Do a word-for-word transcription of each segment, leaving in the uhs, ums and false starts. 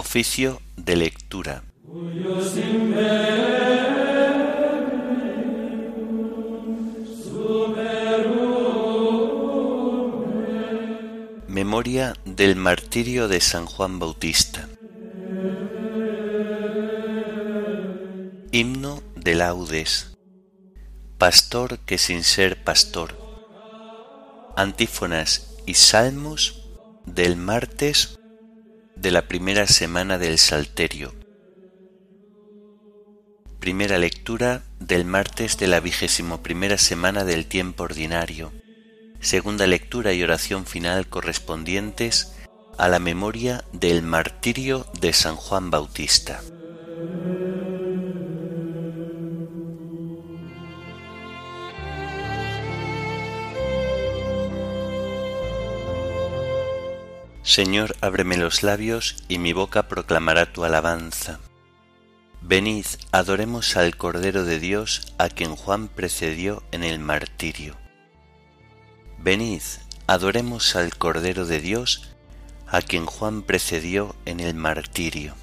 Oficio de lectura. Memoria del martirio de San Juan Bautista. Himno de laudes. Pastor que sin ser pastor. Antífonas y salmos del martes de la primera semana del Salterio. Primera lectura del martes de la vigésimo primera semana del tiempo ordinario. Segunda lectura y oración final correspondientes a la memoria del martirio de San Juan Bautista. Señor, ábreme los labios, y mi boca proclamará tu alabanza. Venid, adoremos al Cordero de Dios, a quien Juan precedió en el martirio. Venid, adoremos al Cordero de Dios, a quien Juan precedió en el martirio.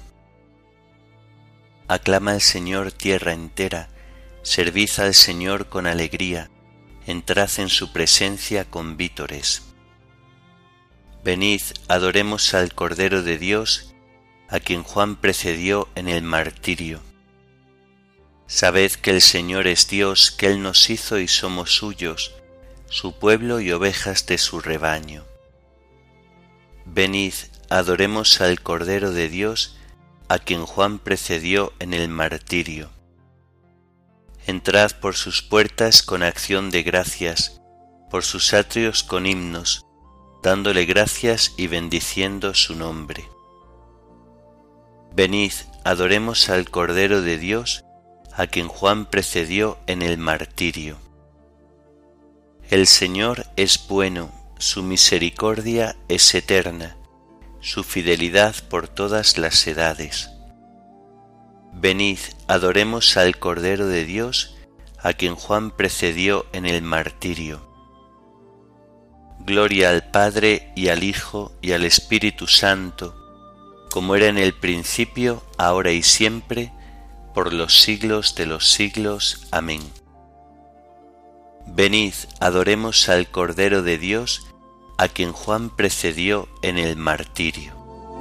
Aclama al Señor tierra entera, servid al Señor con alegría, entrad en su presencia con vítores. Venid, adoremos al Cordero de Dios, a quien Juan precedió en el martirio. Sabed que el Señor es Dios, que Él nos hizo y somos suyos, su pueblo y ovejas de su rebaño. Venid, adoremos al Cordero de Dios, a quien Juan precedió en el martirio. Entrad por sus puertas con acción de gracias, por sus atrios con himnos, dándole gracias y bendiciendo su nombre. Venid, adoremos al Cordero de Dios, a quien Juan precedió en el martirio. El Señor es bueno, su misericordia es eterna, su fidelidad por todas las edades. Venid, adoremos al Cordero de Dios, a quien Juan precedió en el martirio. Gloria al Padre y al Hijo y al Espíritu Santo, como era en el principio, ahora y siempre, por los siglos de los siglos. Amén. Venid, adoremos al Cordero de Dios, a quien Juan precedió en el martirio.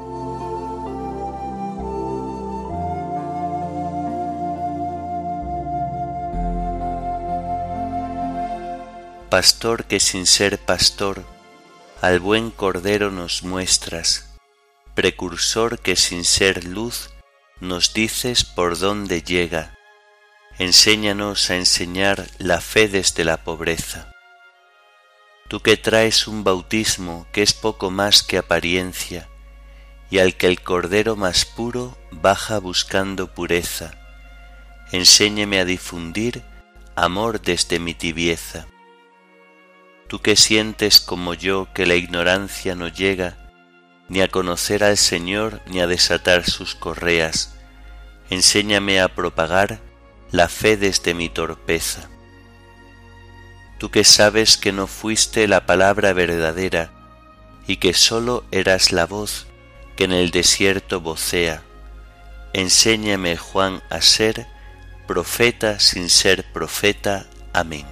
Pastor que sin ser pastor, al buen Cordero nos muestras, precursor que sin ser luz, nos dices por dónde llega, enséñanos a enseñar la fe desde la pobreza. Tú que traes un bautismo que es poco más que apariencia, y al que el Cordero más puro baja buscando pureza, enséñame a difundir amor desde mi tibieza. Tú que sientes como yo que la ignorancia no llega ni a conocer al Señor ni a desatar sus correas, enséñame a propagar la fe desde mi torpeza. Tú que sabes que no fuiste la palabra verdadera y que sólo eras la voz que en el desierto vocea, enséñame, Juan, a ser profeta sin ser profeta. Amén.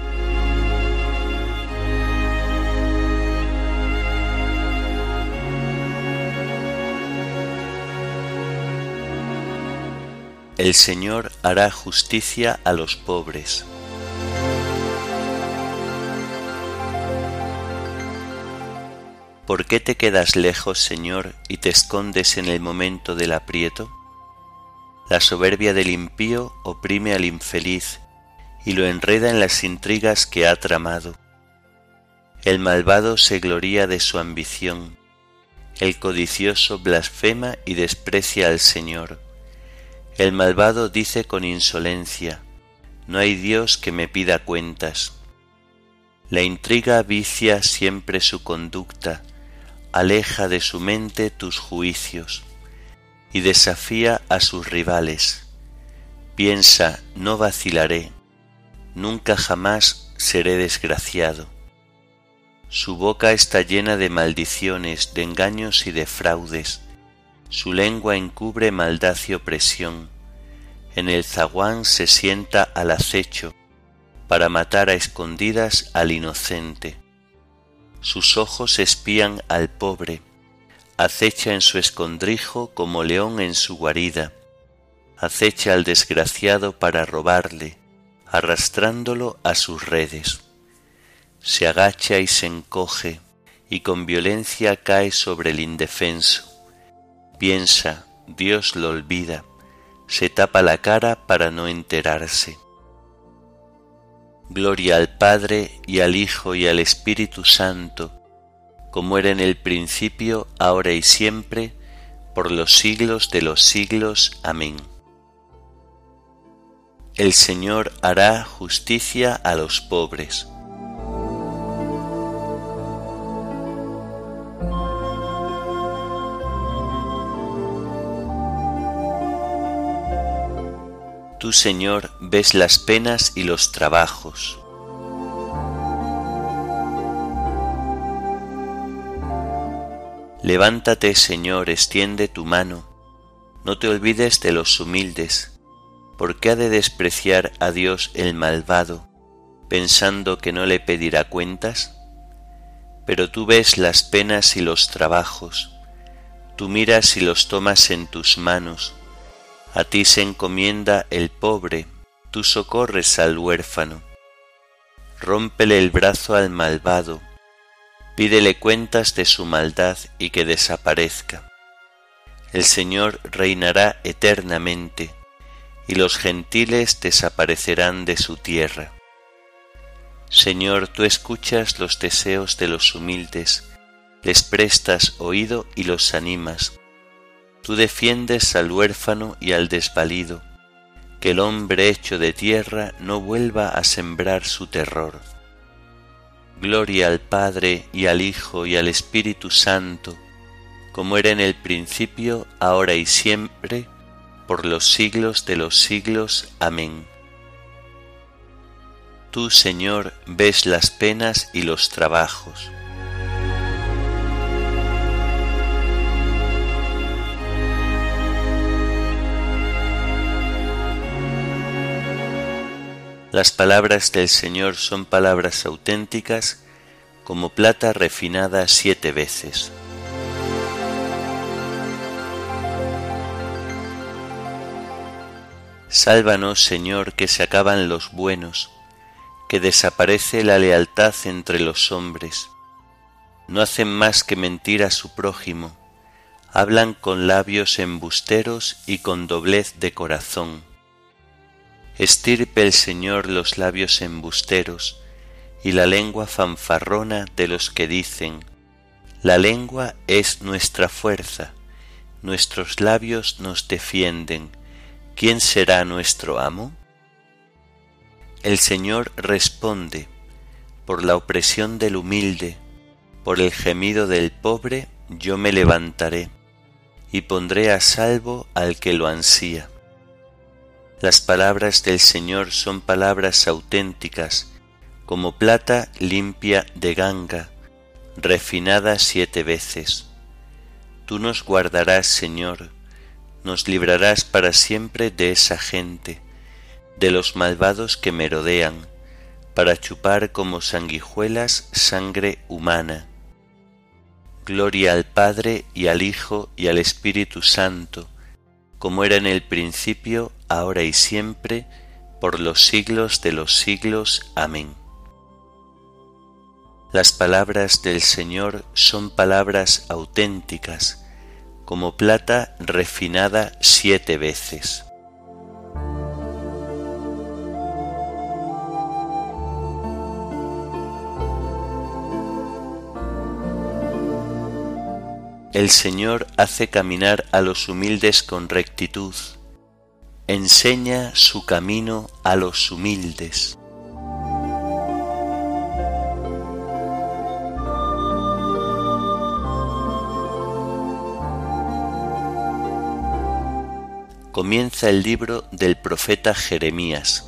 El Señor hará justicia a los pobres. ¿Por qué te quedas lejos, Señor, y te escondes en el momento del aprieto? La soberbia del impío oprime al infeliz y lo enreda en las intrigas que ha tramado. El malvado se gloría de su ambición, el codicioso blasfema y desprecia al Señor. El malvado dice con insolencia: no hay Dios que me pida cuentas. La intriga vicia siempre su conducta, aleja de su mente tus juicios, y desafía a sus rivales. Piensa, no vacilaré, nunca jamás seré desgraciado. Su boca está llena de maldiciones, de engaños y de fraudes. Su lengua encubre maldad y opresión. En el zaguán se sienta al acecho para matar a escondidas al inocente. Sus ojos espían al pobre, acecha en su escondrijo como león en su guarida, acecha al desgraciado para robarle, arrastrándolo a sus redes. Se agacha y se encoge, y con violencia cae sobre el indefenso. Piensa, Dios lo olvida, se tapa la cara para no enterarse. Gloria al Padre, y al Hijo, y al Espíritu Santo, como era en el principio, ahora y siempre, por los siglos de los siglos. Amén. El Señor hará justicia a los pobres. Tú, Señor, ves las penas y los trabajos. Levántate, Señor, extiende tu mano. No te olvides de los humildes. ¿Por qué ha de despreciar a Dios el malvado, pensando que no le pedirá cuentas? Pero tú ves las penas y los trabajos. Tú miras y los tomas en tus manos. A ti se encomienda el pobre, tú socorres al huérfano. Rómpele el brazo al malvado, pídele cuentas de su maldad y que desaparezca. El Señor reinará eternamente, y los gentiles desaparecerán de su tierra. Señor, tú escuchas los deseos de los humildes, les prestas oído y los animas. Tú defiendes al huérfano y al desvalido, que el hombre hecho de tierra no vuelva a sembrar su terror. Gloria al Padre, y al Hijo, y al Espíritu Santo, como era en el principio, ahora y siempre, por los siglos de los siglos. Amén. Tú, Señor, ves las penas y los trabajos. Las palabras del Señor son palabras auténticas, como plata refinada siete veces. Sálvanos, Señor, que se acaban los buenos, que desaparece la lealtad entre los hombres. No hacen más que mentir a su prójimo, hablan con labios embusteros y con doblez de corazón. Estirpe el Señor los labios embusteros y la lengua fanfarrona de los que dicen: la lengua es nuestra fuerza, nuestros labios nos defienden, ¿quién será nuestro amo? El Señor responde: por la opresión del humilde, por el gemido del pobre, yo me levantaré, y pondré a salvo al que lo ansía. Las palabras del Señor son palabras auténticas, como plata limpia de ganga, refinada siete veces. Tú nos guardarás, Señor, nos librarás para siempre de esa gente, de los malvados que merodean, para chupar como sanguijuelas sangre humana. Gloria al Padre, y al Hijo, y al Espíritu Santo, como era en el principio, ahora y siempre, por los siglos de los siglos. Amén. Las palabras del Señor son palabras auténticas, como plata refinada siete veces. El Señor hace caminar a los humildes con rectitud, enseña su camino a los humildes. Comienza el libro del profeta Jeremías.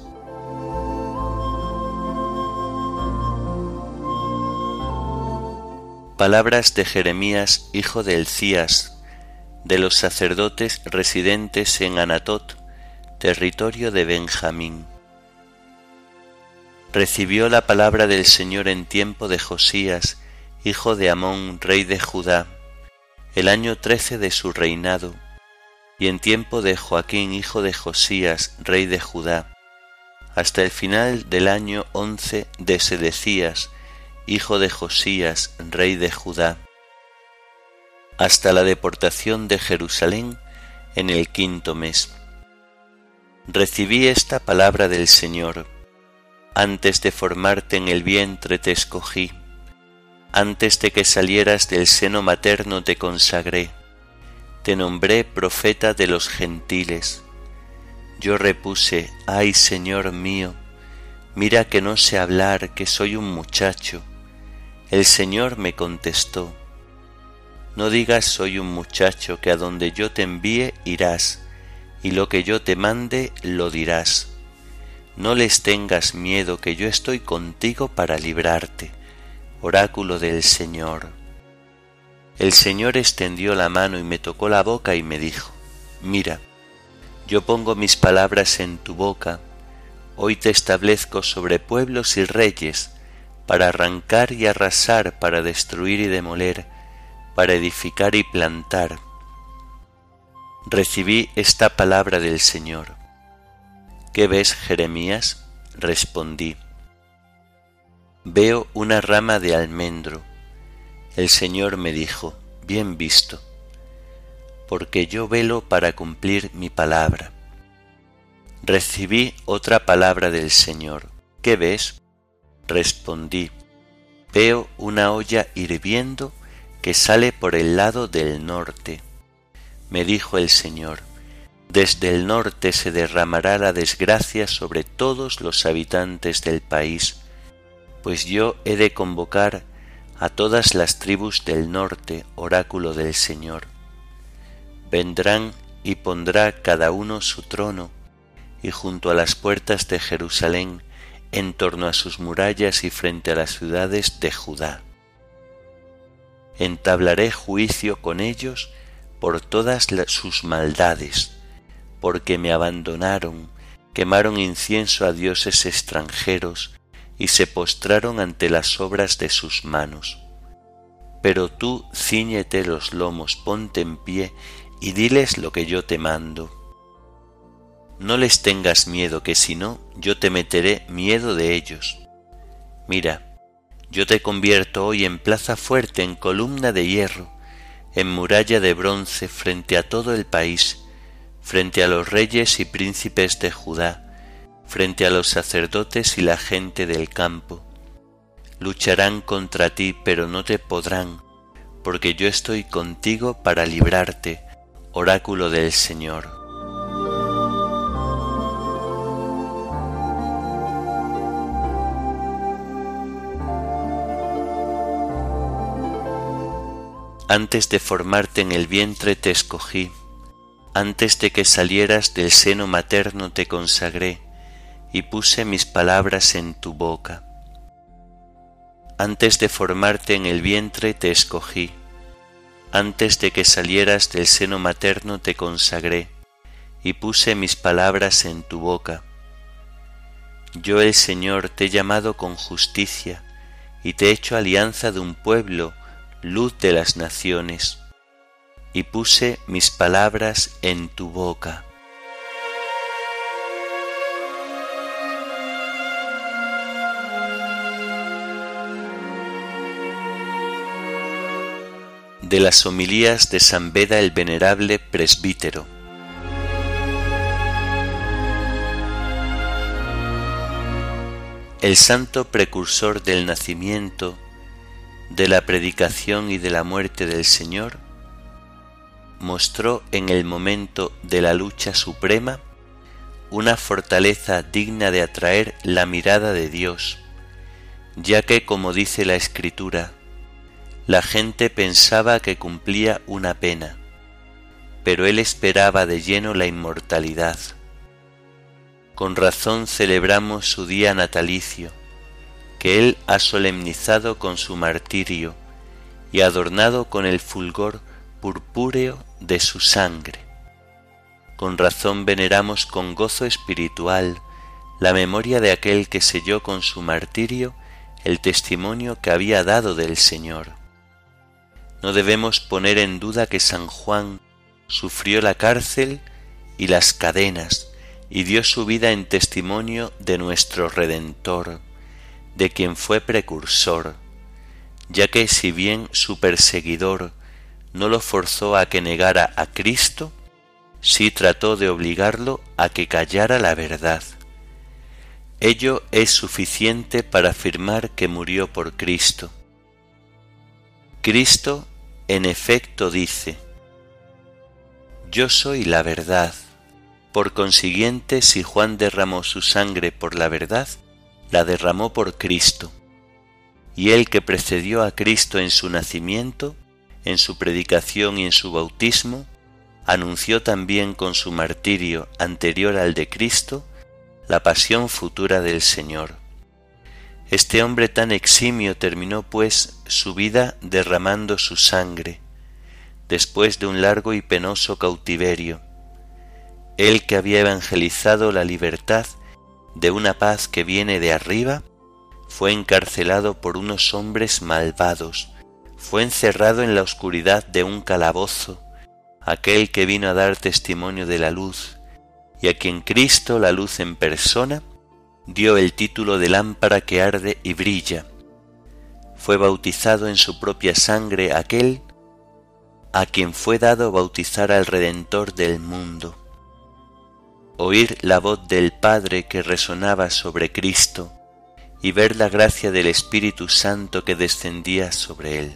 Palabras de Jeremías, hijo de Hilcías, de los sacerdotes residentes en Anatot, territorio de Benjamín. Recibió la palabra del Señor en tiempo de Josías, hijo de Amón, rey de Judá, el año trece de su reinado, y en tiempo de Joaquín, hijo de Josías, rey de Judá, hasta el final del año once de Sedecías, hijo de Josías, rey de Judá, hasta la deportación de Jerusalén en el quinto mes. Recibí esta palabra del Señor: antes de formarte en el vientre te escogí, antes de que salieras del seno materno te consagré, te nombré profeta de los gentiles. Yo repuse: ay, Señor mío, mira que no sé hablar, que soy un muchacho. El Señor me contestó: no digas soy un muchacho, que a donde yo te envíe irás, y lo que yo te mande lo dirás. No les tengas miedo, que yo estoy contigo para librarte. Oráculo del Señor. El Señor extendió la mano y me tocó la boca y me dijo: mira, yo pongo mis palabras en tu boca, hoy te establezco sobre pueblos y reyes, para arrancar y arrasar, para destruir y demoler, para edificar y plantar. Recibí esta palabra del Señor. ¿Qué ves, Jeremías? Respondí: veo una rama de almendro. El Señor me dijo: bien visto, porque yo velo para cumplir mi palabra. Recibí otra palabra del Señor. ¿Qué ves? Respondí: veo una olla hirviendo que sale por el lado del norte. Me dijo el Señor: desde el norte se derramará la desgracia sobre todos los habitantes del país, pues yo he de convocar a todas las tribus del norte, oráculo del Señor. Vendrán y pondrá cada uno su trono, y junto a las puertas de Jerusalén, en torno a sus murallas y frente a las ciudades de Judá. Entablaré juicio con ellos por todas sus maldades, porque me abandonaron, quemaron incienso a dioses extranjeros y se postraron ante las obras de sus manos. Pero tú cíñete los lomos, ponte en pie y diles lo que yo te mando. No les tengas miedo, que si no, yo te meteré miedo de ellos. Mira, yo te convierto hoy en plaza fuerte, en columna de hierro, en muralla de bronce frente a todo el país, frente a los reyes y príncipes de Judá, frente a los sacerdotes y la gente del campo. Lucharán contra ti, pero no te podrán, porque yo estoy contigo para librarte, oráculo del Señor. Antes de formarte en el vientre te escogí, antes de que salieras del seno materno te consagré, y puse mis palabras en tu boca. Antes de formarte en el vientre te escogí, antes de que salieras del seno materno te consagré, y puse mis palabras en tu boca. Yo, el Señor, te he llamado con justicia, y te he hecho alianza de un pueblo, luz de las naciones, y puse mis palabras en tu boca. De las homilías de San Beda el Venerable Presbítero. El santo precursor del nacimiento, de la predicación y de la muerte del Señor, mostró en el momento de la lucha suprema una fortaleza digna de atraer la mirada de Dios, ya que, como dice la Escritura, la gente pensaba que cumplía una pena, pero él esperaba de lleno la inmortalidad. Con razón celebramos su día natalicio, que él ha solemnizado con su martirio y adornado con el fulgor purpúreo de su sangre. Con razón veneramos con gozo espiritual la memoria de aquel que selló con su martirio el testimonio que había dado del Señor. No debemos poner en duda que San Juan sufrió la cárcel y las cadenas y dio su vida en testimonio de nuestro Redentor, de quien fue precursor, ya que si bien su perseguidor no lo forzó a que negara a Cristo, sí trató de obligarlo a que callara la verdad. Ello es suficiente para afirmar que murió por Cristo. Cristo, en efecto, dice: Yo soy la verdad. Por consiguiente, si Juan derramó su sangre por la verdad, la derramó por Cristo. Y él que precedió a Cristo en su nacimiento, en su predicación y en su bautismo, anunció también con su martirio anterior al de Cristo la pasión futura del Señor. Este hombre tan eximio terminó pues su vida derramando su sangre, después de un largo y penoso cautiverio. Él que había evangelizado la libertad de una paz que viene de arriba, fue encarcelado por unos hombres malvados, fue encerrado en la oscuridad de un calabozo, aquel que vino a dar testimonio de la luz, y a quien Cristo, la luz en persona, dio el título de lámpara que arde y brilla. Fue bautizado en su propia sangre aquel a quien fue dado bautizar al Redentor del mundo. Oír la voz del Padre que resonaba sobre Cristo y ver la gracia del Espíritu Santo que descendía sobre él.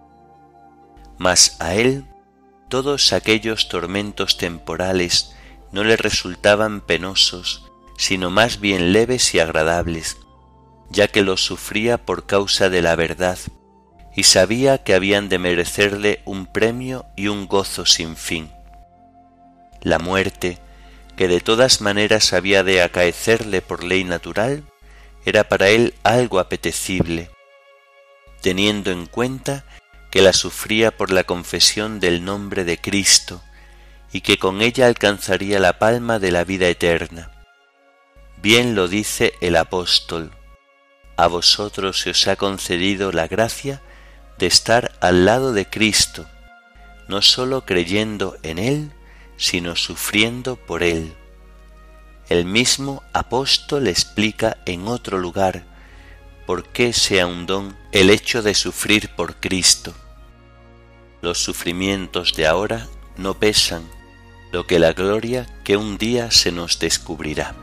Mas a él todos aquellos tormentos temporales no le resultaban penosos, sino más bien leves y agradables, ya que los sufría por causa de la verdad, y sabía que habían de merecerle un premio y un gozo sin fin. La muerte, que de todas maneras había de acaecerle por ley natural, era para él algo apetecible, teniendo en cuenta que la sufría por la confesión del nombre de Cristo, y que con ella alcanzaría la palma de la vida eterna. Bien lo dice el apóstol: a vosotros se os ha concedido la gracia de estar al lado de Cristo, no sólo creyendo en Él, sino sufriendo por Él. El mismo apóstol explica en otro lugar por qué sea un don el hecho de sufrir por Cristo. Los sufrimientos de ahora no pesan lo que la gloria que un día se nos descubrirá.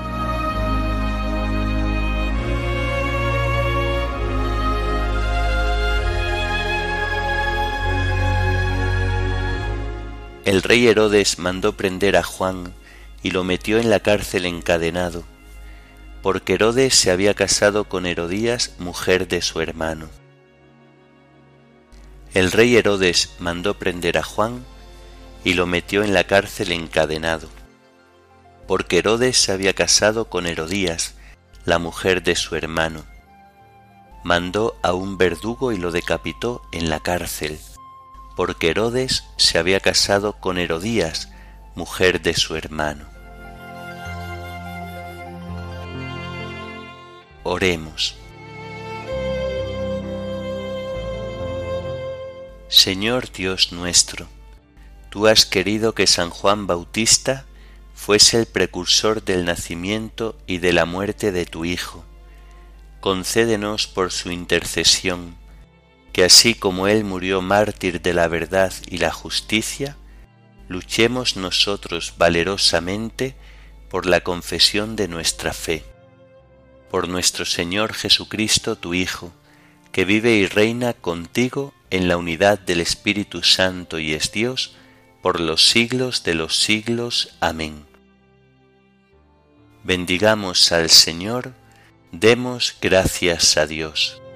El rey Herodes mandó prender a Juan y lo metió en la cárcel encadenado, porque Herodes se había casado con Herodías, mujer de su hermano. El rey Herodes mandó prender a Juan y lo metió en la cárcel encadenado, porque Herodes se había casado con Herodías, la mujer de su hermano. Mandó a un verdugo y lo decapitó en la cárcel, porque Herodes se había casado con Herodías, mujer de su hermano. Oremos. Señor Dios nuestro, tú has querido que San Juan Bautista fuese el precursor del nacimiento y de la muerte de tu Hijo. Concédenos por su intercesión que así como él murió mártir de la verdad y la justicia, luchemos nosotros valerosamente por la confesión de nuestra fe. Por nuestro Señor Jesucristo, tu Hijo, que vive y reina contigo en la unidad del Espíritu Santo y es Dios, por los siglos de los siglos. Amén. Bendigamos al Señor, demos gracias a Dios.